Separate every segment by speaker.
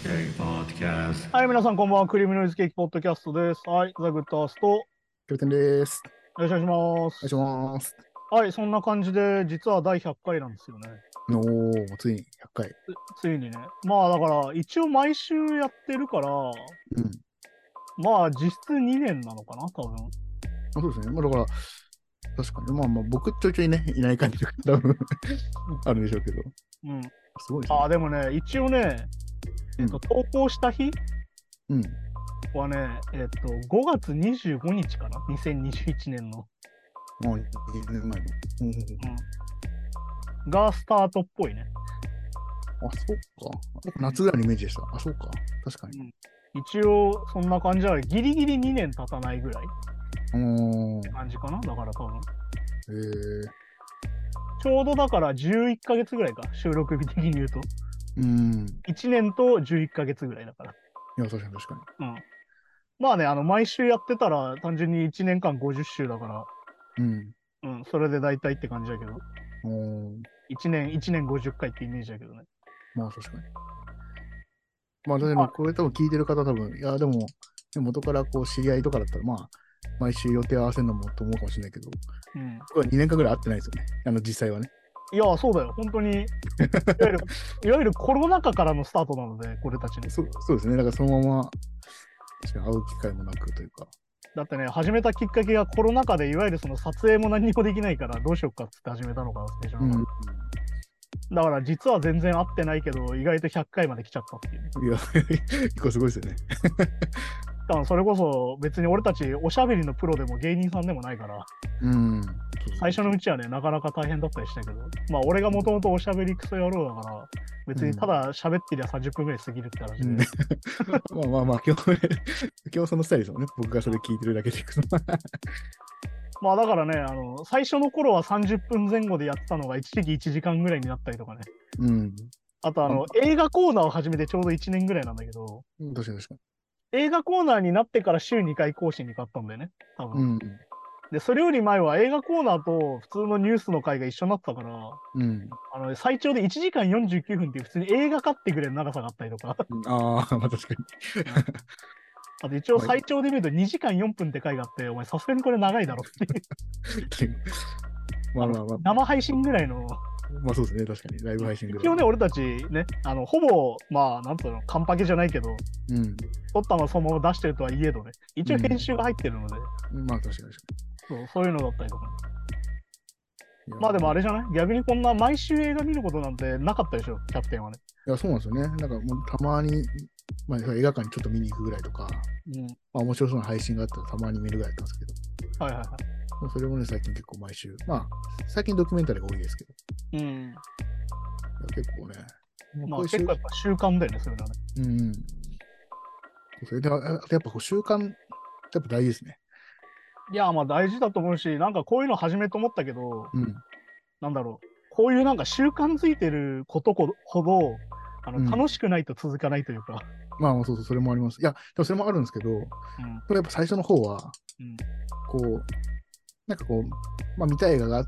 Speaker 1: はい、皆さんこんばんは。クリームノイズケーキポッドキャストです。はい、ザ・グッドアースト、よ
Speaker 2: キャプテンです。
Speaker 1: ろしくお願いしま
Speaker 2: お願いし
Speaker 1: す。
Speaker 2: ます。
Speaker 1: はい、そんな感じで、実は第100回なんですよね。
Speaker 2: おー、ついに100回。
Speaker 1: ついにね。まあ、だから、一応毎週やってるから、
Speaker 2: うん。
Speaker 1: まあ、実質2年なのかな、多分。
Speaker 2: そうですね。まあ、だから、確かに、僕ちょいちょいね、いない感じとか多分あるんでしょうけど。
Speaker 1: うん。
Speaker 2: すごいですね。
Speaker 1: あ、でもね、一応ね、
Speaker 2: うん。
Speaker 1: 投稿した日
Speaker 2: うん。
Speaker 1: はね、5月25日かな、2021年の。
Speaker 2: もう2年前の。
Speaker 1: うん。がスタートっぽいね。
Speaker 2: あ、そうか。夏ぐらいのイメージでした。あ、そうか。確かに。
Speaker 1: うん。一応、そんな感じだ。ギリギリ2年経たないぐらいって感じかな。だから多分。
Speaker 2: えー、
Speaker 1: ちょうどだから11ヶ月ぐらいか。収録日的に言うと。
Speaker 2: うん。
Speaker 1: 1年と11ヶ月ぐらいだから。
Speaker 2: いや、確かに確か
Speaker 1: うん。まあね、毎週やってたら単純に1年間50週だから、
Speaker 2: に。うん。
Speaker 1: うん、それで大体って感じだけど、
Speaker 2: おー、
Speaker 1: 1年50回ってイメージだけどね。
Speaker 2: まあ確かに。まあ、でも、
Speaker 1: まあ、
Speaker 2: これ多分聞いてる方多分、いや、でも、元からこう知り合いとかだったら、まあ、毎週予定合わせるのもと思うかもしれないけど、
Speaker 1: うん。
Speaker 2: 僕は2年間ぐらい会ってないですよね。実際はね。
Speaker 1: いや、そうだよ。本当に、いわゆるコロナ禍からのスタートなので、これたちの。
Speaker 2: そうですね。だからそのまま、確かに会う機会もなくというか。
Speaker 1: だってね、始めたきっかけがコロナ禍で、いわゆるその撮影も何にもできないから、どうしようかっつって始めたのが最初の頃。
Speaker 2: うん。
Speaker 1: だから実は全然合ってないけど、意外と100回まで来ちゃったっていうね。
Speaker 2: いや、結構すごいですよね。
Speaker 1: 多分それこそ別に俺たちおしゃべりのプロでも芸人さんでもないから、
Speaker 2: うん。
Speaker 1: 最初のうちはね、なかなか大変だったりしたけど、まあ俺がもともとおしゃべりクソ野郎だから、別にただ喋ってりゃ30分ぐらい過ぎるって話で。
Speaker 2: うん。まあ、基本ね、基本そのスタイルですもんね。僕がそれ聞いてるだけでいくと。
Speaker 1: まあだからね、最初の頃は30分前後でやってたのが一時期1時間ぐらいになったりとかね。
Speaker 2: うん。
Speaker 1: あと映画コーナーを始めてちょうど1年ぐらいなんだけど、
Speaker 2: 確かに確かに。
Speaker 1: 映画コーナーになってから週2回更新に変わったんだよね、多分。
Speaker 2: うん。
Speaker 1: で、それより前は映画コーナーと普通のニュースの回が一緒になってたから、
Speaker 2: うん。
Speaker 1: 最長で1時間49分っていう普通に映画かってくれる長さがあったりとか、
Speaker 2: ああ、まあ確かに。
Speaker 1: うん、あと一応
Speaker 2: まあ、
Speaker 1: 最長で見ると2時間4分って回があって、お前さすがにこれ長いだろっていう、
Speaker 2: まあまあまあ、
Speaker 1: 生配信ぐらいの、
Speaker 2: まあそうですね。確かに。ライブ配信ぐらいの。
Speaker 1: 一応ね、俺たちね、ほぼ、まあ、なんつうの、カンパケじゃないけど、
Speaker 2: うん。
Speaker 1: 撮ったのそのまま出してるとはいえどね、一応編集が入ってるので、
Speaker 2: まあ確かに確か
Speaker 1: そういうのだったりとかね。
Speaker 2: に。
Speaker 1: まあでもあれじゃない逆にこんな毎週映画見ることなんてなかったでしょ、キャプテンはね。
Speaker 2: いや、そうなんですよね。なんかもうたまに、まあ、映画館にちょっと見に行くぐらいとか、
Speaker 1: うん。
Speaker 2: まあ面白そうな配信があったらたまに見るぐらいだったんですけど、
Speaker 1: はいはいは
Speaker 2: もうそれもね、最近結構毎週、まあ、最近ドキュメンタリーが多いですけど、
Speaker 1: い。うん。
Speaker 2: いや結構ね、もう
Speaker 1: まあ
Speaker 2: こういう週、
Speaker 1: 結構やっぱ習慣だよね、そういうのはね。
Speaker 2: うん、それで、あとやっぱこう習慣、やっぱ大事ですね。
Speaker 1: いや、まあ大事だと思うし、なんかこういうの始めと思ったけど、
Speaker 2: うん、
Speaker 1: なんだろう。こういうなんか習慣づいてることほど、
Speaker 2: うん。
Speaker 1: 楽しくないと続かないというか。
Speaker 2: まあ、そうそう、それもあります。いや、でもそれもあるんですけど、
Speaker 1: うん。
Speaker 2: これやっぱ最初の方は、
Speaker 1: うん。
Speaker 2: こう、なんかこう、まあ見たい映画があって、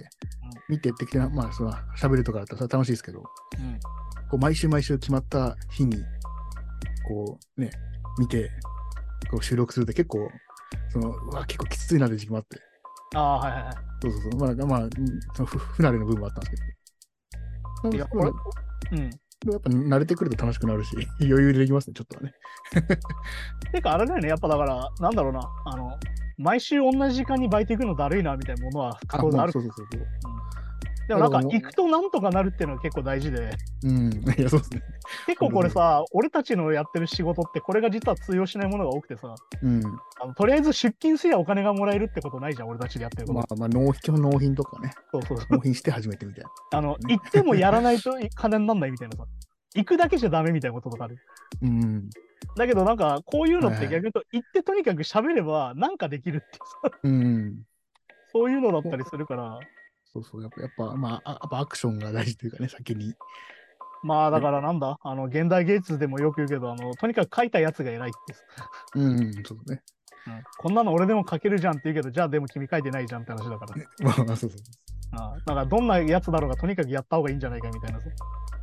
Speaker 2: 見てってきて、まあ、その喋るとかだったらそれは楽しいですけど、
Speaker 1: うん。
Speaker 2: こう毎週毎週決まった日に、こうね、見て、こう収録すると結構、結構きついなって時期もあって、
Speaker 1: ああ、はいはいは
Speaker 2: そうそうそう、その不慣れの部分もあったんですけど、
Speaker 1: い。いや、これ、うん。
Speaker 2: やっぱ慣れてくると楽しくなるし、余裕でできますね、ちょっとはね。
Speaker 1: てかあれだよね、やっぱだから、なんだろうな、毎週同じ時間にバイト行くのだるいなみたいなものは
Speaker 2: あ、まあ、
Speaker 1: 当然ある。
Speaker 2: そうそうそうそう。
Speaker 1: でもなんか
Speaker 2: だからも
Speaker 1: 行くとなんとかなるっていうのが結構大事で、
Speaker 2: う、うん、いや、そうですね。
Speaker 1: 結構
Speaker 2: 本当そう。
Speaker 1: これさ、俺たちのやってる仕事ってこれが実は通用しないものが多くてさ、
Speaker 2: うん。
Speaker 1: とりあえず出勤すりゃお金がもらえるってことないじゃん、俺たちでやってること。
Speaker 2: 基本納品とかね。
Speaker 1: そうそうそう。
Speaker 2: 納品して初めてみたいな。ね。
Speaker 1: 行ってもやらないと金になんないみたいなさ。行くだけじゃダメみたいなこととかある。
Speaker 2: うん。
Speaker 1: だけどなんか、こういうのって
Speaker 2: はいはい。
Speaker 1: 逆に言うと、行ってとにかく喋ればなんかできるっていうさ、
Speaker 2: うん。
Speaker 1: そういうのだったりするから、
Speaker 2: そうそう。やっぱアクションが大事というかね、先に。
Speaker 1: まあだ
Speaker 2: はい。
Speaker 1: からなんだ、現代芸術でもよく言うけど、とにかく書いたやつが偉いってさ、
Speaker 2: うん、そうね。
Speaker 1: うん、こんなの俺でも書けるじゃんって言うけど、じゃあでも君書いてないじゃんって話だから。
Speaker 2: まあまあ、そうそう。
Speaker 1: だからどんなやつだろうがとにかくやった方がいいんじゃないかみたいなさ。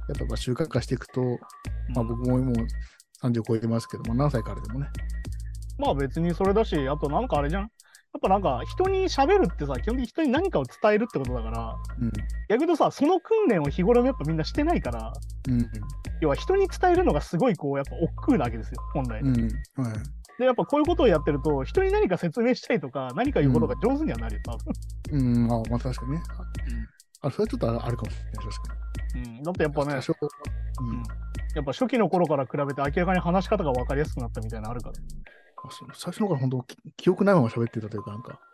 Speaker 2: っぱ習慣化していくと、まあ僕ももう30超えてますけども、何歳からでもね。
Speaker 1: まあ別にそれだし、あとなんかあれじゃん。やっぱなんか人に喋るってさ、基本的に人に何かを伝えるってことだから、
Speaker 2: うん。
Speaker 1: 逆に言うとさ、その訓練を日頃にやっぱみんなしてないから、
Speaker 2: うん。
Speaker 1: 要は人に伝えるのがすごいこう、やっぱ億劫なわけですよ、本来。
Speaker 2: うん。はい。
Speaker 1: で、やっぱこういうことをやってると、人に何か説明したりとか、何か言うことが上手にはなるよ、多分。
Speaker 2: うん。まあ、まあ確かにね。それはちょっとあるかもしれない、確か
Speaker 1: だってやっぱね、
Speaker 2: 多少。
Speaker 1: やっぱ初期の頃から比べて明らかに話し方が分かりやすくなったみたいなのあるから。
Speaker 2: 最初の頃本当記憶ないまま喋ってたというか、なんか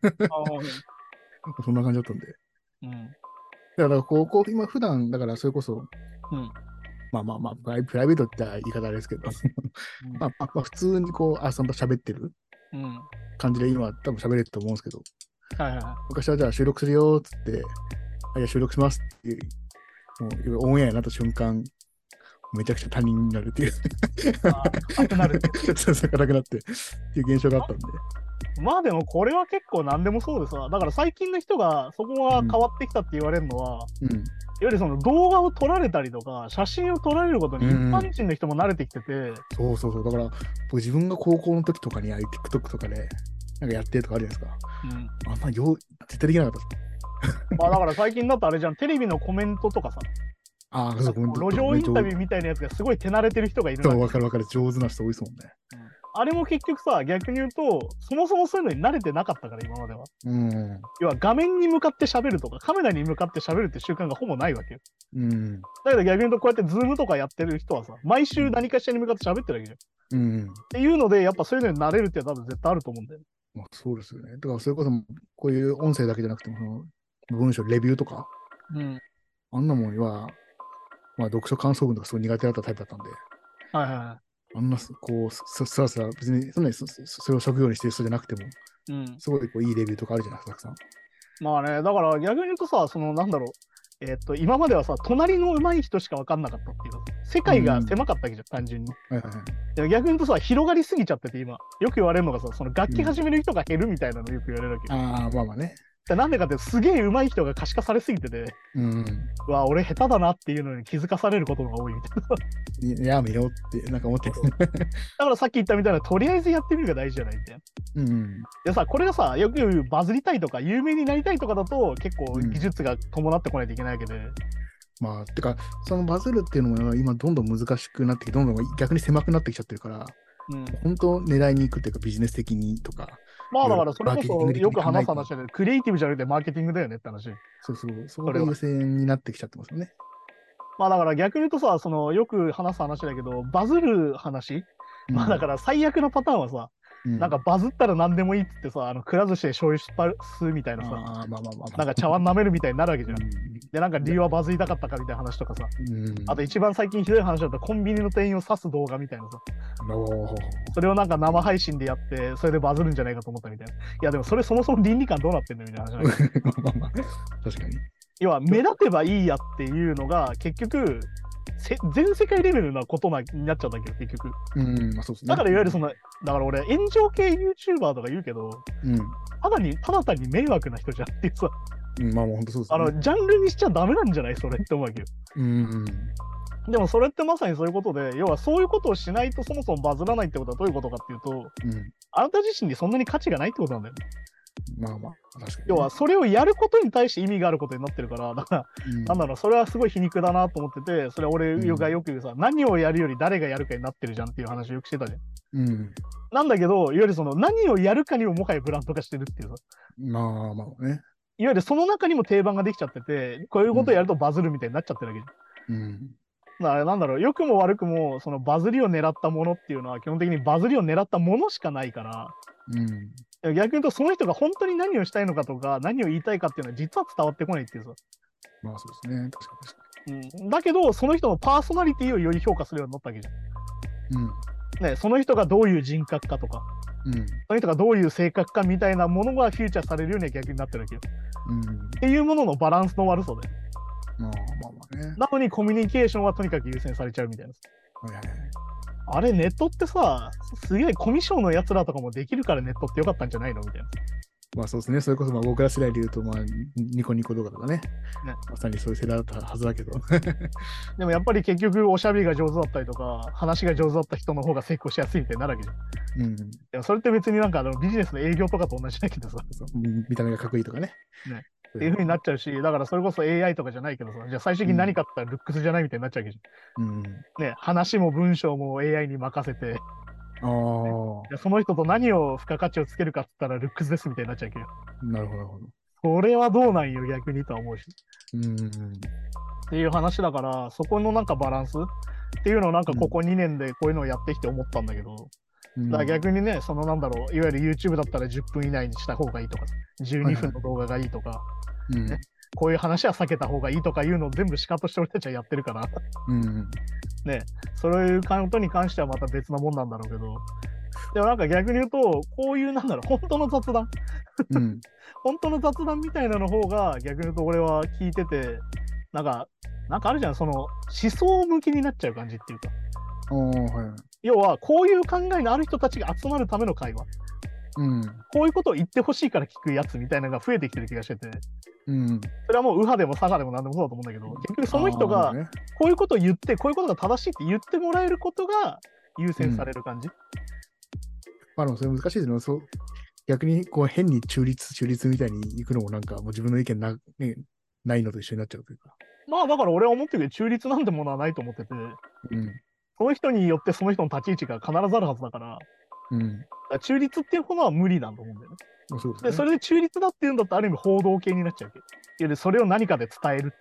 Speaker 2: そんな感じだったんで。だから今普段、だからそれこそ、まあ、プライベートって言い方あれですけど、まあ普通にこう、さんと喋ってる感じで今多分喋れると思うんですけど、昔はじゃあ収録するよっつって、いや収録しますっていう、もうオンエアになった瞬間、めちゃくちゃ他人になるっていう。
Speaker 1: 硬くなる。
Speaker 2: そう、硬くなってっていう現象があったんで。
Speaker 1: まあでもこれは結構何でもそうでさ、だから最近の人がそこが変わってきたって言われるのは、いわゆるその動画を撮られたりとか、写真を撮られることに一般人の人も慣れてきてて。
Speaker 2: そう。だから僕自分が高校の時とかにTikTok とかでなんかやってるとかあるじゃないですか。あんま絶対できなかったです。
Speaker 1: まあだから最近だとあれじゃん、テレビのコメントとかさ。
Speaker 2: そう、
Speaker 1: 路上インタビューみたいなやつがすごい手慣れてる人がいる。
Speaker 2: そう、わかる。上手な人多いですもんね。
Speaker 1: あれも結局さ、逆に言うと、そもそもそういうのに慣れてなかったから、今までは。要は画面に向かって喋るとか、カメラに向かって喋るって習慣がほぼないわけよ。だけど逆に言うと、こうやってズームとかやってる人はさ、毎週何かしらに向かって喋ってるわけじゃん。っていうので、やっぱそういうのに慣れるって多分絶対あると思うんだよね。
Speaker 2: まあ、そうですよね。だからそれこそ、こういう音声だけじゃなくても、文章、レビューとか、あんなもんは、まあ、読書感想文とかすごい苦手だったタイプだったんで、あんな、こう、さらさら、別にそれを職業にしてる人じゃなくても、すごいこういいレビューとかあるじゃないですか、たくさん。
Speaker 1: まあね、だから逆に言うとさ、なんだろう、今まではさ、隣の上手い人しか分かんなかったっていうか、世界が狭かったわけじゃん、単純に。逆に言うとさ、広がりすぎちゃってて、今、よく言われるのがさ、その楽器始める人が減るみたいなのよく言われるわけよ。
Speaker 2: まあね。
Speaker 1: なんでかってすげえ上手い人が可視化されすぎてて、うわ、俺下手だなっていうのに気づかされることが多いみたい
Speaker 2: な。やめようってなんか思ってる。
Speaker 1: だからさっき言ったみたいな、とりあえずやってみるが大事じゃないみたいな。でさ、これがさ、よく言うバズりたいとか、有名になりたいとかだと、結構技術が伴ってこないといけないわけで。
Speaker 2: まあ、てか、そのバズるっていうのも今どんどん難しくなってきて、どんどん逆に狭くなってきちゃってるから、本当狙いに行くっていうかビジネス的にとか。
Speaker 1: まあだからそれこそよく話す話だけど、クリエイティブじゃなくてマーケティングだよねって話。
Speaker 2: そこが優先になってきちゃってますよね。
Speaker 1: まあだから逆に言うとさ、よく話す話だけど、バズる話、まあだから最悪のパターンはさ、なんかバズったら何でもいいっつってさ、くら寿司で醤油吸うみたいなさ、なんか茶碗舐めるみたいになるわけじゃん。で、なんか理由はバズりたかったかみたいな話とかさ、あと一番最近ひどい話だとコンビニの店員を刺す動画みたいなさ、それをなんか生配信でやって、それでバズるんじゃないかと思ったみたいな。いやでもそれそもそも倫理観どうなってんのみたいな話なんだけど。
Speaker 2: 確かに。
Speaker 1: 要は目立てばいいやっていうのが結局、全世界レベルなことになっちゃうんだけど、結局。だからいわゆるだから俺、炎上系 YouTuber とか言うけど、ただ単に迷惑な人じゃんっていうさ、
Speaker 2: まあもう本当そうですね。
Speaker 1: ジャンルにしちゃダメなんじゃないそれって思うわけよ。でもそれってまさにそういうことで、要はそういうことをしないとそもそもバズらないってことはどういうことかっていうと、あなた自身にそんなに価値がないってことなんだよね。
Speaker 2: まあ確かに。
Speaker 1: 要はそれをやることに対して意味があることになってるから、だから、なんだろう、それはすごい皮肉だなと思ってて、それは俺がよく言うさ、何をやるより誰がやるかになってるじゃんっていう話をよくしてたじゃん。なんだけど、いわゆる何をやるかにももはやブランド化してるっていうさ。
Speaker 2: まあね。
Speaker 1: いわゆるその中にも定番ができちゃってて、こういうことをやるとバズるみたいになっちゃってるわけじゃん。だからなんだろう、良くも悪くもそのバズりを狙ったものっていうのは基本的にバズりを狙ったものしかないから、逆に言うとその人が本当に何をしたいのかとか何を言いたいかっていうのは実は伝わってこないっていうさ。
Speaker 2: まあそうですね、確か
Speaker 1: に。だけどその人のパーソナリティをより評価するようになったわけじゃん。ね、その人がどういう人格かとか、その人がどういう性格かみたいなものがフューチャーされるようには逆になってるわけよ。っていうもののバランスの悪さで。なのにコミュニケーションはとにかく優先されちゃうみたいな。あれネットってさ、すげえコミュ障のやつらとかもできるからネットってよかったんじゃないのみたいな。
Speaker 2: まあそうですね。それこそまあ僕ら世代で言うと、まあ、ニコニコ動画とかね。まさにそういう世代だったはずだけど。
Speaker 1: でもやっぱり結局、おしゃべりが上手だったりとか、話が上手だった人の方が成功しやすいみたいになるわけじゃん。でもそれって別になんかビジネスの営業とかと同じだけどさ。
Speaker 2: 見た目がかっこいいとかね。
Speaker 1: っていう風になっちゃうし、だからそれこそ AI とかじゃないけどさ、じゃあ最終的に何かって言ったらルックスじゃないみたいになっちゃうわけじゃん。ね、話も文章も AI に任せて、その人と何を付加価値をつけるかって言ったらルックスですみたいになっちゃうけど。
Speaker 2: なるほど、なるほど。
Speaker 1: それはどうなんよ、逆にとは思うし。っていう話だから、そこのなんかバランスっていうのをなんかここ2年でこういうのをやってきて思ったんだけど、だから逆にね、そのなんだろう、いわゆる YouTube だったら10分以内にした方がいいとか、12分の動画がいいとか、ね、こういう話は避けた方がいいとかいうのを全部シカとして俺たちはやってるから、ね、そういうことに関してはまた別なもんなんだろうけど、でもなんか逆に言うと、こういうなんだろう、本当の雑談、本当の雑談みたいなの方が逆に言うと俺は聞いてて、なんかあるじゃん、その思想向きになっちゃう感じっていうか。要はこういう考えのある人たちが集まるための会話、こういうことを言ってほしいから聞くやつみたいなのが増えてきてる気がしてて、それはもう右派でも左派でも何でもそうだと思うんだけど、結局その人がこういうことを言ってこういうことが正しいって言ってもらえることが優先される感じ。
Speaker 2: まあでもそれ難しいですね。そう逆にこう変に中立みたいに行くのもなんかもう自分の意見ないのと一緒になっちゃうというか。
Speaker 1: まあだから俺は思ってるけど中立なんてものはないと思ってて、その人によってその人の立ち位置が必ずあるはずだから、中立っていうものは無理なんと思うんだよね。でそれで中立だっていうんだったらある意味報道系になっちゃうけど、でそれを何かで伝えるっていう。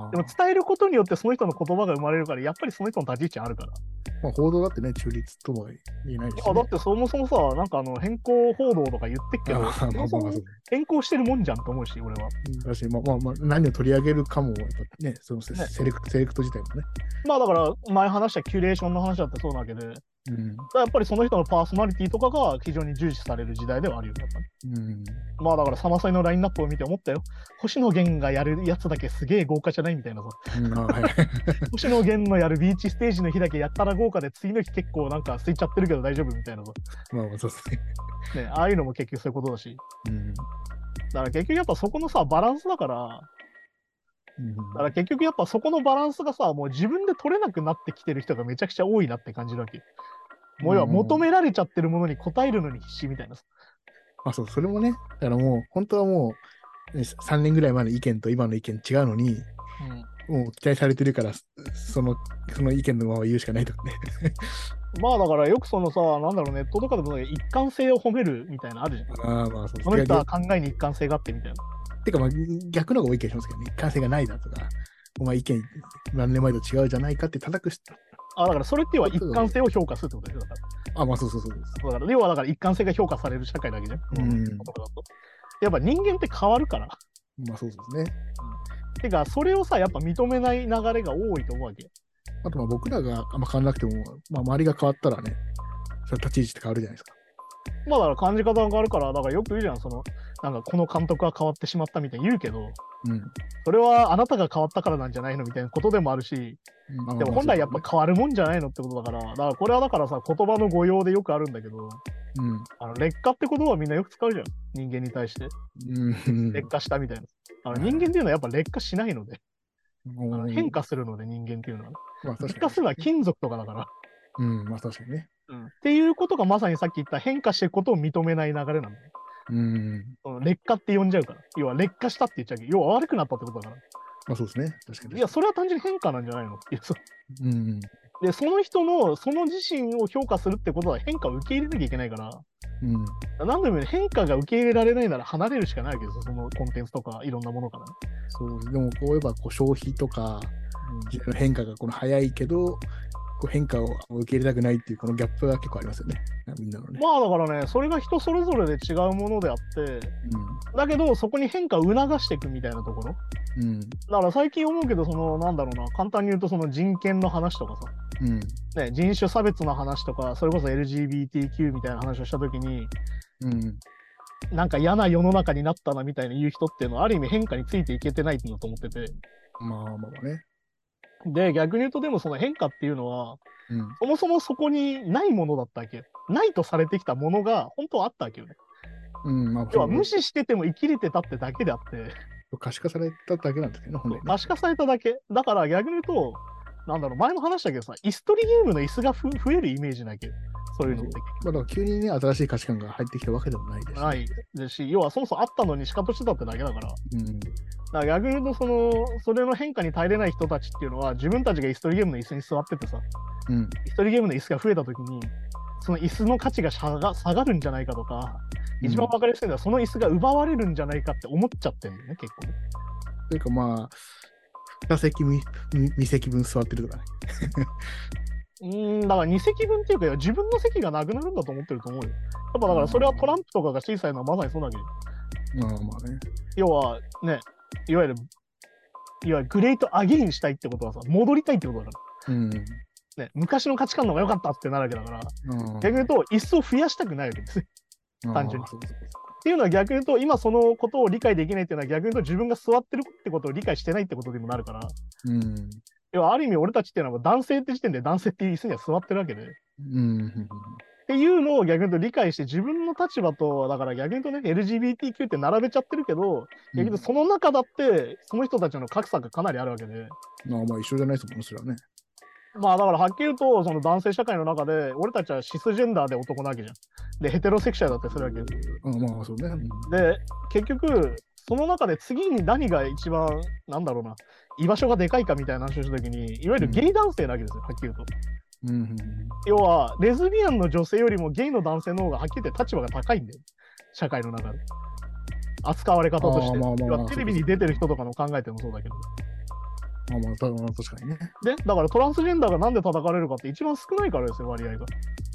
Speaker 1: でも伝えることによってその人の言葉が生まれるから、やっぱりその人の立ち位置あるから。
Speaker 2: まあ報道だってね、中立とは言えないですね。
Speaker 1: だってそもそもさ、なんか変更報道とか言ってっけど、変更してるもんじゃんと思うし、俺は。
Speaker 2: 確かに、まあ、何を取り上げるかも、やっぱね、そのセレクト自体もね。
Speaker 1: まあだから、前話したキュレーションの話だってそうなわけで、やっぱりその人のパーソナリティとかが非常に重視される時代ではあるよね、やっぱり。まあだからサマソニのラインナップを見て思ったよ。星野源がやるやつだけすげえ豪華じゃないみたいなさ。星野源のやるビーチステージの日だけやったら豪華で、次の日結構なんか空いちゃってるけど大丈夫みたいなさ。
Speaker 2: まあそうですね。
Speaker 1: ああいうのも結局そういうことだし。だから結局やっぱそこのさ、バランスだから、結局やっぱそこのバランスがさ、もう自分で取れなくなってきてる人がめちゃくちゃ多いなって感じるわけ。もう要は求められちゃってるものに応えるのに必死みたいな。
Speaker 2: まあそう、それもね、だからもう本当はもう3年ぐらい前の意見と今の意見違うのに、もう期待されてるからその意見のまま言うしかないとかね。
Speaker 1: まあだからよくそのさ、なんだろう、ネットとかでも一貫性を褒めるみたいなのあるじゃん。まあそう、その人は考えに一貫性があってみたいな。
Speaker 2: てかまあ逆の方が多い気がしますけどね。一貫性がないだとか、お前意見何年前と違うじゃないかって叩く人。
Speaker 1: だからそれっていうのは一貫性を評価するってことでしょ、だから。
Speaker 2: まあそう。
Speaker 1: だから要はだから一貫性が評価される社会だけじゃん。やっぱ人間って変わるから。
Speaker 2: まあそうですね。
Speaker 1: てか、それをさ、やっぱ認めない流れが多いと思うわけ。
Speaker 2: あとまあ僕らがあんま変わらなくても、まあ周りが変わったらね、それ立ち位置って変わるじゃないですか。
Speaker 1: まあだから感じ方が変わるから、だからよく言うじゃん、その、なんかこの監督は変わってしまったみたいに言うけど、それはあなたが変わったからなんじゃないのみたいなことでもあるし、でも本来やっぱ変わるもんじゃないのってことだから、だからこれはだからさ、言葉の誤用でよくあるんだけど、劣化って言葉はみんなよく使うじゃん、人間に対して。劣化したみたいな。人間っていうのはやっぱ劣化しないので、変化するので人間っていうのは、劣化するのは金属とかだから。
Speaker 2: まあ確かにね。
Speaker 1: っていうことがまさにさっき言った変化していくことを認めない流れなんだよ。劣化って呼んじゃうから。要は劣化したって言っちゃうけど、要は悪くなったってことだから。
Speaker 2: まあそうですね。確かに。
Speaker 1: いや、それは単純に変化なんじゃないのっていう。で、その人の、その自身を評価するってことは変化を受け入れなきゃいけないから、何度も変化が受け入れられないなら離れるしかないわけですよ、そのコンテンツとかいろんなものから、ね。
Speaker 2: そう、でもこういえばこう消費とか、変化がこの早いけど、こう変化を受け入れたくないっていうこのギャップが結構ありますよね、みんなのね。
Speaker 1: まあだからね、それが人それぞれで違うものであって、だけどそこに変化を促していくみたいなところ。だから最近思うけど、そのなんだろうな、簡単に言うとその人権の話とかさ、人種差別の話とか、それこそ LGBTQ みたいな話をしたときに、なんか嫌な世の中になったなみたいな言う人っていうのはある意味変化についていけてないんだと思ってて。
Speaker 2: まあね。
Speaker 1: で、逆に言うとでもその変化っていうのは、そもそもそこにないものだったわけよ。ないとされてきたものが本当はあったわけよね。 要は無視してても生きれてたってだけであって。
Speaker 2: 可視化されただけなんですけどね、本来ね。
Speaker 1: 可視化されただけ。だから逆に言うと、なんだろう、前も話したけどさ、椅子取りゲームの椅子が増えるイメージなきゃ。そういうのって。
Speaker 2: だから急にね、新しい価値観が入ってきたわけでもないですし。
Speaker 1: ないですし、要はそもそもあったのに仕方してたってだけだから。だから逆に言うと、それの変化に耐えれない人たちっていうのは、自分たちが椅子取りゲームの椅子に座っててさ、椅子取りゲームの椅子が増えたときに、その椅子の価値が下がるんじゃないかとか、一番分かりやすいのは、その椅子が奪われるんじゃないかって思っちゃってるんだよね、結構ね。
Speaker 2: というかまあ、2席2席分座ってるとかね。
Speaker 1: だから2席分っていうか、自分の席がなくなるんだと思ってると思うよ。やっぱだからそれはトランプとかが小さいのはまさにそうだけど。
Speaker 2: まあね。
Speaker 1: 要はね、いわゆるグレートアゲインしたいってことはさ、戻りたいってことだから。ね、昔の価値観の方が良かったってなるわけだから、逆に言うと、椅子を増やしたくないわけですよ。単純に。っていうのは逆に言うと、今そのことを理解できないっていうのは逆に言うと自分が座ってるってことを理解してないってことにもなるから、要はある意味俺たちっていうのは男性って時点で男性っていう椅子には座ってるわけで、っていうのを逆に言うと理解して自分の立場と、だから逆に言うとね、LGBTQ って並べちゃってるけど、逆に言うとその中だってその人たちの格差がかなりあるわけで。
Speaker 2: まあ一緒じゃないですもん、それはね。
Speaker 1: まあだからはっきり言うと、その男性社会の中で、俺たちはシスジェンダーで男なわけじゃん。で、ヘテロセクシャルだってするわけで。
Speaker 2: まあそうね。
Speaker 1: で、結局、その中で次に何が一番、なんだろうな、居場所がでかいかみたいな話をしたときに、いわゆるゲイ男性なわけですよ、はっきり言うと。要は、レズビアンの女性よりもゲイの男性の方がはっきり言って立場が高いんだよ。社会の中で。扱われ方として。テレビに出てる人とかの考えてもそうだけど。
Speaker 2: 確かにね。
Speaker 1: で、だからトランスジェンダーがなんで叩かれるかって一番少ないからですよ、割合が。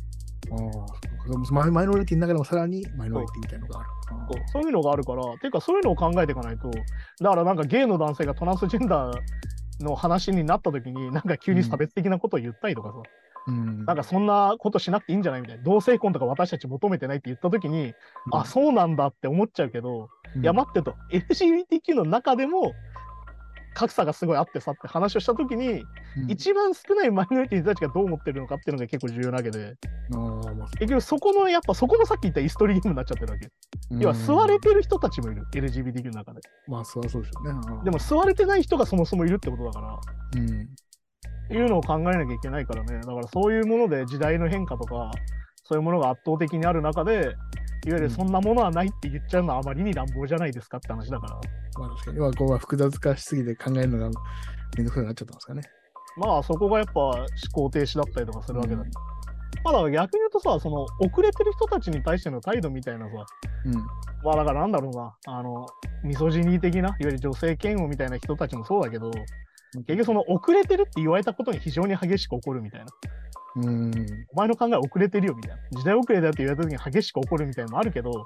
Speaker 2: マイノリティの中でもさらにマイノリティみたいなのがある。
Speaker 1: そういうのがあるから、ていうかそういうのを考えていかないと、だからなんかゲイの男性がトランスジェンダーの話になった時に、なんか急に差別的なことを言ったりとかさ、なんかそんなことしなくていいんじゃないみたいな、同性婚とか私たち求めてないって言った時に、あ、そうなんだって思っちゃうけど、いや待ってと、LGBTQ の中でも、格差がすごいあってさって話をしたときに、一番少ないマイノリティの人たちがどう思ってるのかっていうのが結構重要なわけで、結局そこのさっき言ったイストリーゲームになっちゃってるわけ。要は座れてる人たちもいる、LGBTQ の中で。
Speaker 2: まあそうでしょうね。
Speaker 1: でも座れてない人がそもそもいるってことだから、いうのを考えなきゃいけないからね。だからそういうもので時代の変化とか、そういうものが圧倒的にある中で、いわゆるそんなものはないって言っちゃうのはあまりに乱暴じゃないですかって話だから。
Speaker 2: まあ確かに、ここは複雑化しすぎて考えるのがめんどくさくなっちゃったんですかね。
Speaker 1: まあそこがやっぱ思考停止だったりとかするわけだ。まあだから逆に言うとさ、その遅れてる人たちに対しての態度みたいなさ、まあだからなんだろうな、ミソジニー的な、いわゆる女性嫌悪みたいな人たちもそうだけど、結局その遅れてるって言われたことに非常に激しく怒るみたいな。お前の考え遅れてるよみたいな。時代遅れだって言われた時に激しく怒るみたいなのもあるけど、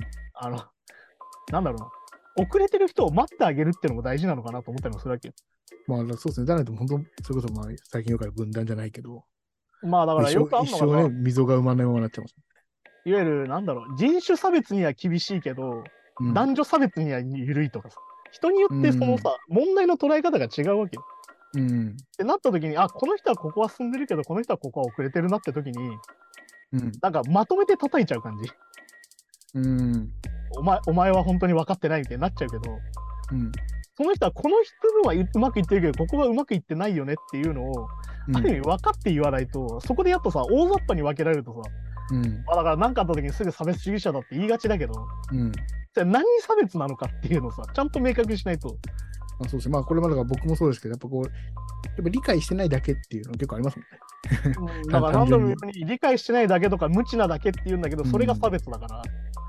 Speaker 1: なんだろうな。遅れてる人を待ってあげるっていうのも大事なのかなと思ったりもするわけよ。
Speaker 2: まあそうですね。だから本当、それこそまあ最近よくある分断じゃないけど。
Speaker 1: まあだからよくあるのが
Speaker 2: 一生ね、溝が埋まらないままになっちゃいます。
Speaker 1: いわゆるなんだろう、人種差別には厳しいけど、男女差別には緩いとかさ。人によってそのさ、問題の捉え方が違うわけよ。ってなった時に、あ、この人はここは進んでるけど、この人はここは遅れてるなって時に、なんかまとめて叩いちゃう感じ。お前は本当に分かってないみたいになっちゃうけど、その人はこの人のはうまくいってるけど、ここはうまくいってないよねっていうのを、ある意味分かって言わないと、そこでやっとさ、大雑把に分けられるとさ、だから何かあった時にすぐ差別主義者だって言いがちだけど、じゃあ何差別なのかっていうのをさ、ちゃんと明確にしないと。
Speaker 2: そうですね。まあこれまでが僕もそうですけど、やっぱ理解してないだけっていうの結構ありますもんね。
Speaker 1: だから何度も言うように理解してないだけとか無知なだけっていうんだけど、それが差別だから。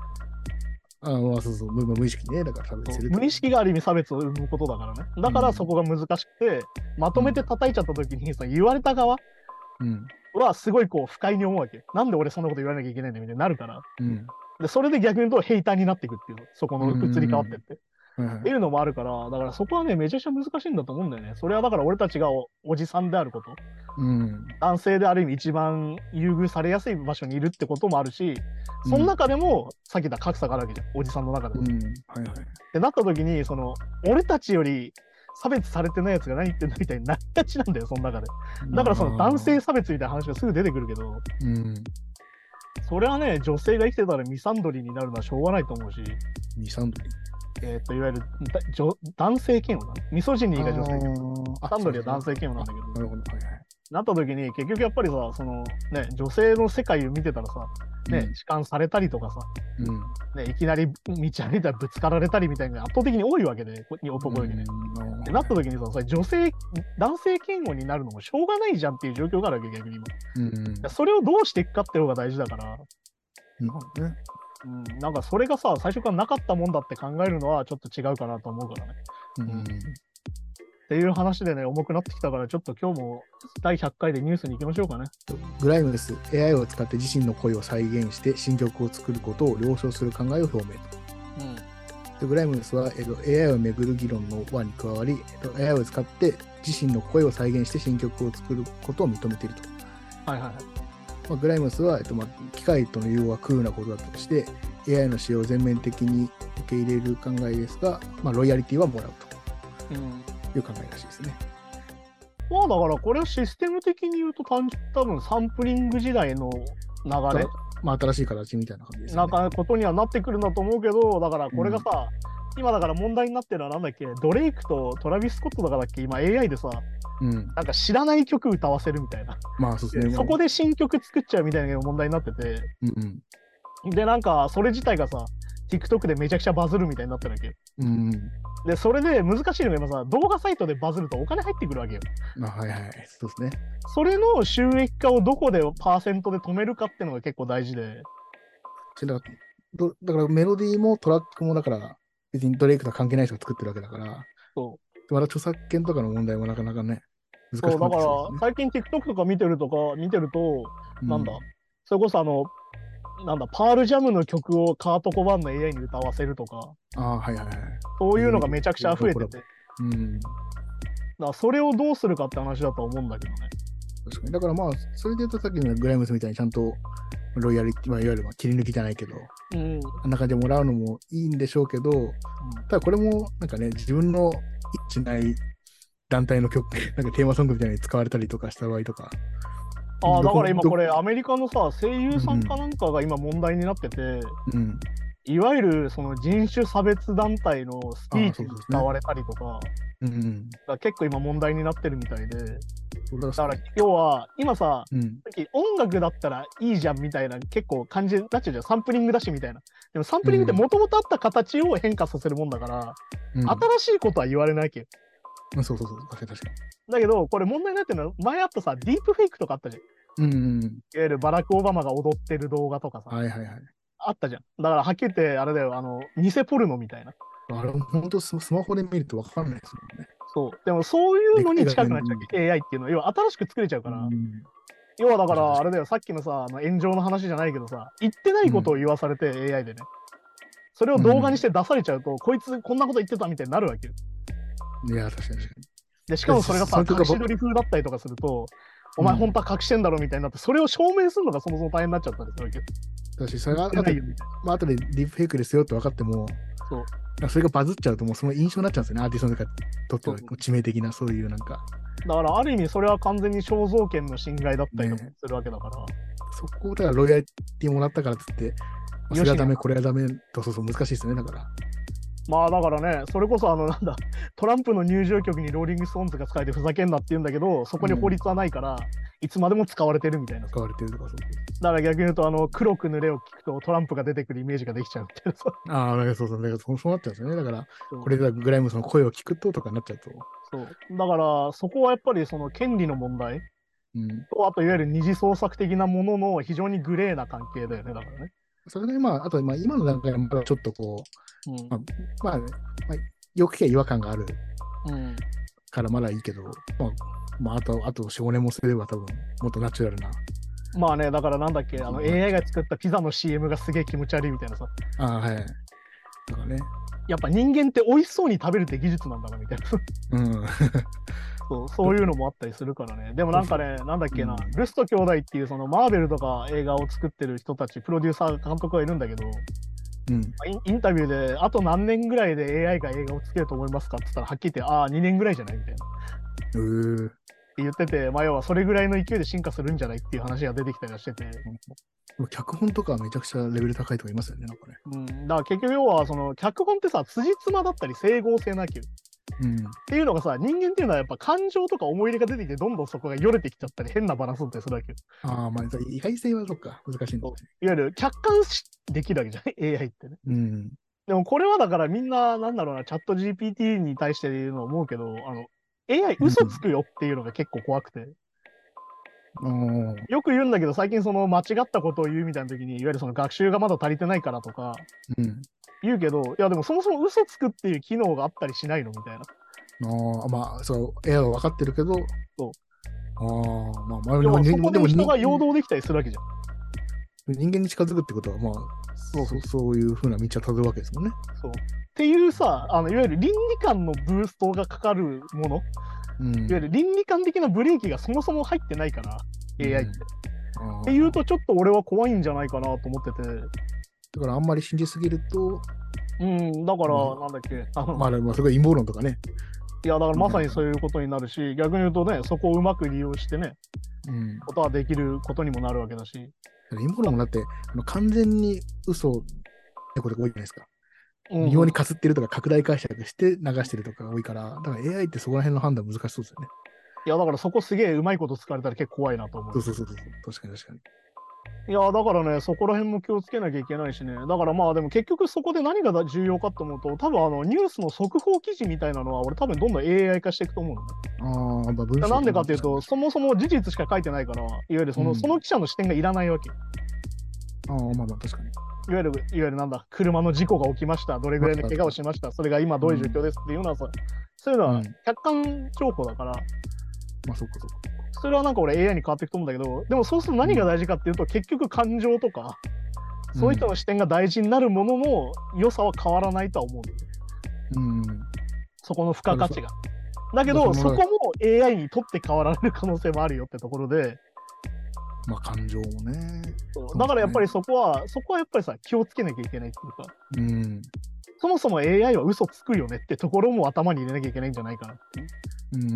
Speaker 2: そう無意識ね。だから差別する。
Speaker 1: 無意識がある意味差別を生むことだからね。だからそこが難しくて、まとめて叩いちゃった時にさ、言われた側はすごいこう不快に思うわけ。なんで俺そんなこと言わなきゃいけないんだみたいになるから。でそれで逆に言うとヘイターになっていくっていう、そこの移り変わってって。っていうのもあるから、だからそこはね、めちゃくちゃ難しいんだと思うんだよね。それはだから俺たちが おじさんであること、男性である意味一番優遇されやすい場所にいるってこともあるし、その中でも、さっき言った格差があるわけじゃん、おじさんの中でも。ってなった時に、その、俺たちより差別されてないやつが何言ってんだみたいになりがちなんだよ、その中で。だからその男性差別みたいな話がすぐ出てくるけど、 それはね、女性が生きてたらミサンドリーになるのはしょうがないと思うし。
Speaker 2: ミサンドリー
Speaker 1: いわゆる男性嫌悪だね。ミソジニーが女性嫌悪。ミサンドリーは男性嫌悪なんだけど。
Speaker 2: なるほど。はいはい。
Speaker 1: なった時に、結局やっぱりさ、そのね、女性の世界を見てたらさ、ね、痴漢されたりとかさ、ね、いきなり道歩いたらぶつかられたりみたいなのが圧倒的に多いわけで、男よりね。ってなった時にさ、それ男性嫌悪になるのもしょうがないじゃんっていう状況があるわけ、逆に今。それをどうしていくかっていう方が大事だから。なんかそれがさ、最初からなかったもんだって考えるのはちょっと違うかなと思うからね。っていう話でね、重くなってきたから、ちょっと今日も第100回でニュースに行きましょうかね。
Speaker 2: グライムス、AI を使って自身の声を再現して新曲を作ることを了承する考えを表明と。グライムスは、AI をめぐる議論の輪に加わり、AI を使って自身の声を再現して新曲を作ることを認めていると。グライムスは、機械との融合はクールなことだとして、AI の使用を全面的に受け入れる考えですが、ロイヤリティはもらうという考えらしいですね。
Speaker 1: だからこれはシステム的に言うと多分サンプリング時代の流れ、
Speaker 2: 新しい形みたいな感じですね。
Speaker 1: なんかことにはなってくるんだと思うけど、だからこれがさ、今だから問題になってるのはなんだっけ、ドレイクとトラビス・スコットだからだっけ、今 AI でさ、なんか知らない曲歌わせるみたいな。
Speaker 2: そうですね。
Speaker 1: そこで新曲作っちゃうみたいな問題になってて、で、なんかそれ自体がさ、TikTok でめちゃくちゃバズるみたいになってるわけ。で、それで難しいのが今さ、動画サイトでバズるとお金入ってくるわけよ。
Speaker 2: そうですね。
Speaker 1: それの収益化をどこでパーセントで止めるかっていうのが結構大事で。
Speaker 2: だからメロディーもトラックもだから別にドレイクとは関係ない人が作ってるわけだから、まだ著作権とかの問題もなかなかね、難しくなってきそうですね。だから
Speaker 1: 最近 TikTok とか見てると、なんだ、それこそパールジャムの曲をカート・コバーンの AI に歌わせるとか、そういうのがめちゃくちゃ増えてて、だからそれをどうするかって話だと思うんだけどね。
Speaker 2: 確かに。だからそれで言うとさっきのグライムスみたいにちゃんとロイヤリティ、いわゆる切り抜きじゃないけど、あんな感じでもらうのもいいんでしょうけど、ただこれもなんかね、自分の一致ない団体の曲、なんかテーマソングみたいに使われたりとかした場合とか、
Speaker 1: だから今これアメリカのさ、声優さんかなんかが今問題になってて、いわゆるその人種差別団体のスピーチに使われたりとか、結構今問題になってるみたいで、だから要は今さ、音楽だったらいいじゃんみたいな結構感じになっちゃうじゃん。サンプリングだしみたいな。でもサンプリングってもともとあった形を変化させるもんだから、新しいことは言われないわけよ。
Speaker 2: 確かに。
Speaker 1: だけど、これ問題になってるのは、前あったさ、ディープフェイクとかあったじゃん。いわゆるバラク・オバマが踊ってる動画とかさ。あったじゃん。だからはっきり言って、あれだよ、偽ポルノみたいな。
Speaker 2: あれ、本当スマホで見ると分かんないですもんね。
Speaker 1: でもそういうのに近くなっちゃう、AI っていうのは、要は新しく作れちゃうから。要はだから、あれだよ、さっきのさ、炎上の話じゃないけどさ、言ってないことを言わされて、AI でね。それを動画にして出されちゃうと、こいつこんなこと言ってたみたいになるわけよ。
Speaker 2: いや、確かに。
Speaker 1: で、しかもそれがさ、隠し撮り風だったりとかすると、お前本当は隠してんだろみたいになって、それを証明するのがそもそも大変になっちゃったりするわけよ。
Speaker 2: 確かに、それが後でディープフェイクですよって分かっても、それがバズっちゃうと、もうその印象になっちゃうんですよね、アーティストの中にとっては致命的な、そういうなんか。
Speaker 1: だから、ある意味、それは完全に肖像権の侵害だったりとかするわけだから。
Speaker 2: そこだからロイヤリティもらったからっつって、それはダメ、これはダメと、難しいですよね、だから。
Speaker 1: だからね、それこそトランプの入場曲にローリング・ストーンズが使えてふざけんなって言うんだけど、そこに法律はないから、いつまでも使われてるみたいな。
Speaker 2: 使われてるとかそう。
Speaker 1: だから逆に言うと、黒く濡れを聞くとトランプが出てくるイメージができちゃうみたい
Speaker 2: な。そうなっちゃうんですよね。だから、これでグライムスの声を聞くととかになっちゃうと。
Speaker 1: だから、そこはやっぱりその権利の問題と、あといわゆる二次創作的なものの非常にグレーな関係だよね、だからね。
Speaker 2: それであと今の段階はまだちょっとよく聞けば違和感があるからまだいいけど、あと4、5年もすれば多分もっとナチュラルな。
Speaker 1: だからなんだっけ、AI が作ったピザの CM がすげえ気持ち悪いみたいなさ。
Speaker 2: だからね。
Speaker 1: やっぱ人間って美味しそうに食べるって技術なんだなみたいな。そういうのもあったりするからね。でもなんかね、なんだっけな、ルスト兄弟っていうそのマーベルとか映画を作ってる人たち、プロデューサー、監督がいるんだけど、インタビューで、あと何年ぐらいで AI が映画を作れると思いますかって言ったら、はっきり言って、2年ぐらいじゃないみたいな。 言ってて、まあ要はそれぐらいの勢いで進化するんじゃないっていう話が出てきたりはしてて。
Speaker 2: 脚本とかめちゃくちゃレベル高いとかいますよね、なんかね。
Speaker 1: だから結局要はその脚本ってさ、辻褄だったり整合性なきゃ。っていうのがさ、人間っていうのはやっぱ感情とか思い入れが出てきて、どんどんそこがよれてきちゃったり、変なバランスってするわけよ。
Speaker 2: まあ意外性はそっか、難しいんだ、ね。
Speaker 1: いわゆる客観視できるわけじゃない ?AI ってね。でもこれはだからみんな、なんだろうな、チャット GPT に対して言うの思うけど、AI 嘘つくよっていうのが結構怖くて。よく言うんだけど、最近その間違ったことを言うみたいな時に、いわゆるその学習がまだ足りてないからとか、言うけど、いやでもそもそも嘘つくっていう機能があったりしないのみたいな。
Speaker 2: まあ、そう、AI は分かってるけど、
Speaker 1: そう。
Speaker 2: でも
Speaker 1: そこで人が陽動できたりするわけじゃ
Speaker 2: ん。人間に近づくってことは、まあ、そういうふうな道をたどるわけですもんね。
Speaker 1: そう。っていうさ、いわゆる倫理観のブーストがかかるもの、いわゆる倫理観的なブレーキがそもそも入ってないから、AI って。っていうと、ちょっと俺は怖いんじゃないかなと思ってて。
Speaker 2: だからあんまり信じすぎると、
Speaker 1: だから、なんだっけ。
Speaker 2: まあ、それが陰謀論とかね。
Speaker 1: いや、だからまさにそういうことになるし、逆に言うとね、そこをうまく利用してね、ことはできることにもなるわけだし。
Speaker 2: 陰謀論もだって、完全に嘘ってことが多いじゃないですか。微妙にかすってるとか、拡大解釈して流してるとかが多いから、だから AI ってそこら辺の判断難しそうですよね。
Speaker 1: いや、だからそこすげえうまいこと使われたら結構怖いなと思う。
Speaker 2: そう。確かに。
Speaker 1: いや、だからね、そこら辺も気をつけなきゃいけないしね。だからまあ、でも結局そこで何が重要かと思うと、多分ニュースの速報記事みたいなのは、俺多分どんどん AI 化していくと思うのね。なんでかっていうと、そもそも事実しか書いてないから、いわゆるその記者の視点がいらないわけ。
Speaker 2: まあ確かに。
Speaker 1: いわゆるなんだ、車の事故が起きました、どれぐらいの怪我をしました、それが今どういう状況ですっていうのはさ、そういうのは客観情報だから、
Speaker 2: まあそうか。
Speaker 1: それはなんか俺 AI に変わっていくと思うんだけど、でもそうすると何が大事かっていうと、結局感情とか、そういう人の視点が大事になるものの良さは変わらないとは思うんだよ。そこの付加価値が。だけど、そこも AI にとって変わられる可能性もあるよってところで、
Speaker 2: まあ感情もね。
Speaker 1: だからやっぱりそこはやっぱりさ、気をつけなきゃいけないっていうか、そもそも AI は嘘つくよねってところも頭に入れなきゃいけないんじゃないかなっていう。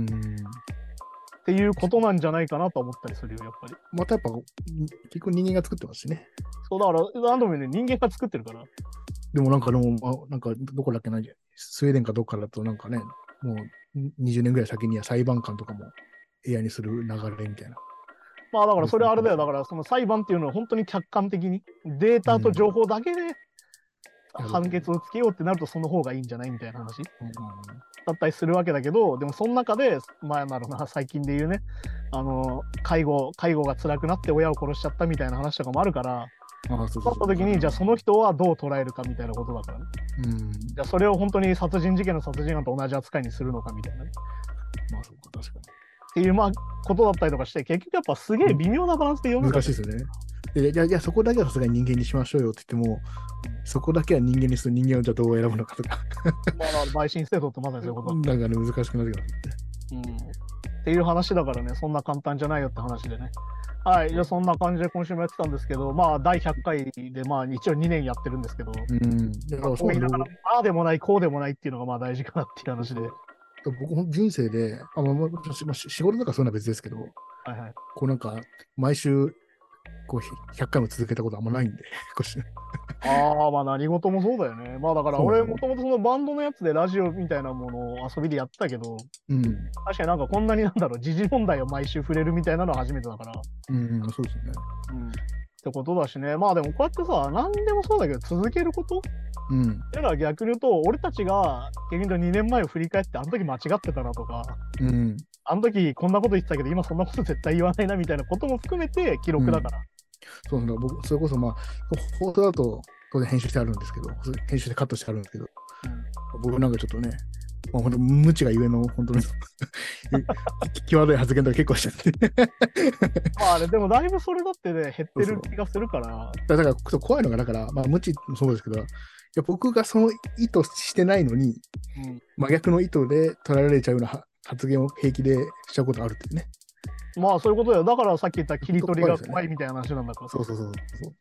Speaker 1: っていうことなんじゃないかなと思ったりするよ、やっぱり。
Speaker 2: またやっぱ、結構人間が作ってますしね。
Speaker 1: そう、だから、何度もね、人間が作ってるから。
Speaker 2: でもなんかどこだっけな、スウェーデンかどっかだとなんかね、もう20年ぐらい先には裁判官とかも AI にする流れみたいな。
Speaker 1: まあだからそれはあれだよ。だからその裁判っていうのは本当に客観的にデータと情報だけで判決をつけようってなるとその方がいいんじゃないみたいな話だったりするわけだけど、でもその中で、まあ最近で言うね、介護が辛くなって親を殺しちゃったみたいな話とかもあるから、そうった時にじゃあその人はどう捉えるかみたいなことだからね。じゃあそれを本当に殺人事件の殺人案と同じ扱いにするのかみたいなね。
Speaker 2: まあそうか、確かに。
Speaker 1: っていうまあことだったりとかして、結局やっぱすげえ微妙なバランスで読む、
Speaker 2: 難しいですよね。いやそこだけはさすがに人間にしましょうよって言っても、そこだけは人間にする人間をじゃあどう選ぶのかとか。
Speaker 1: まあ陪審制度ってまさにそういうこと
Speaker 2: だから難しくなってきますね。
Speaker 1: っていう話だからね、そんな簡単じゃないよって話でね。はい、じゃあそんな感じで今週もやってたんですけど、まあ第100回でまあ一応2年やってるんですけど、そうだからああでもないこうでもないっていうのがまあ大事かなっていう話で。
Speaker 2: 僕人生で仕事とかそういうのは別ですけど、こうなんか毎週こう100回も続けたことあんまないんで
Speaker 1: まあ何事もそうだよね。まあだから俺もともとそのバンドのやつでラジオみたいなものを遊びでやってたけど、確かになんかこんなに時事問題を毎週触れるみたいなのは初めてだから。
Speaker 2: そうですね。
Speaker 1: ってことだしね。まあでもこうやってさ、何でもそうだけど続けることっていうのは逆に言うと、俺たちが結局2年前を振り返ってあの時間違ってたなとか、あの時こんなこと言ってたけど今そんなこと絶対言わないなみたいなことも含めて記録だから。
Speaker 2: そうなんだ。僕それこそまあ放送だと当然編集してあるんですけど、編集してカットしてあるんですけど、僕なんかちょっとね、まあ、本当無知がゆえの本当に際どい発言とか結構しちゃって
Speaker 1: まあね、でもだいぶそれだってね減ってる気がするから。
Speaker 2: だから怖いのがだからまあ無知もそうですけど、いや僕がその意図してないのに、真逆の意図で取られちゃうような発言を平気でしちゃうことあるっていうね。
Speaker 1: まあそういうことだよ。だからさっき言った切り取りが怖いみたいな話なんだから。
Speaker 2: そう。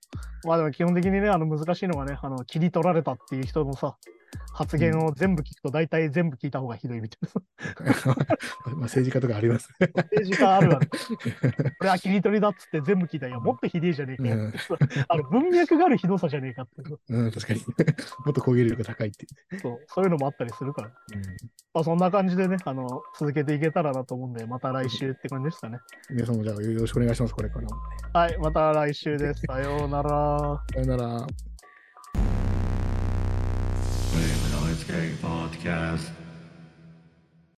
Speaker 1: まあでも基本的にね、難しいのがね、切り取られたっていう人のさ、発言を全部聞くと大体全部聞いた方がひどいみたい
Speaker 2: な。政治家とかあります。
Speaker 1: 政治家あるある。これは切り取りだっつって全部聞いたら、いや、もっとひでえじゃねえかよってさ、文脈があるひどさじゃねえかって。
Speaker 2: うん、確かに。もっと攻撃力が高いって。
Speaker 1: そういうのもあったりするから。まあそんな感じでね、続けていけたらなと思うんで、また来週って感じですかね。
Speaker 2: 皆さんもじゃあよろしくお願いします、これから。
Speaker 1: はい、また来週です。さようなら。
Speaker 2: さようなら。
Speaker 3: Podcast.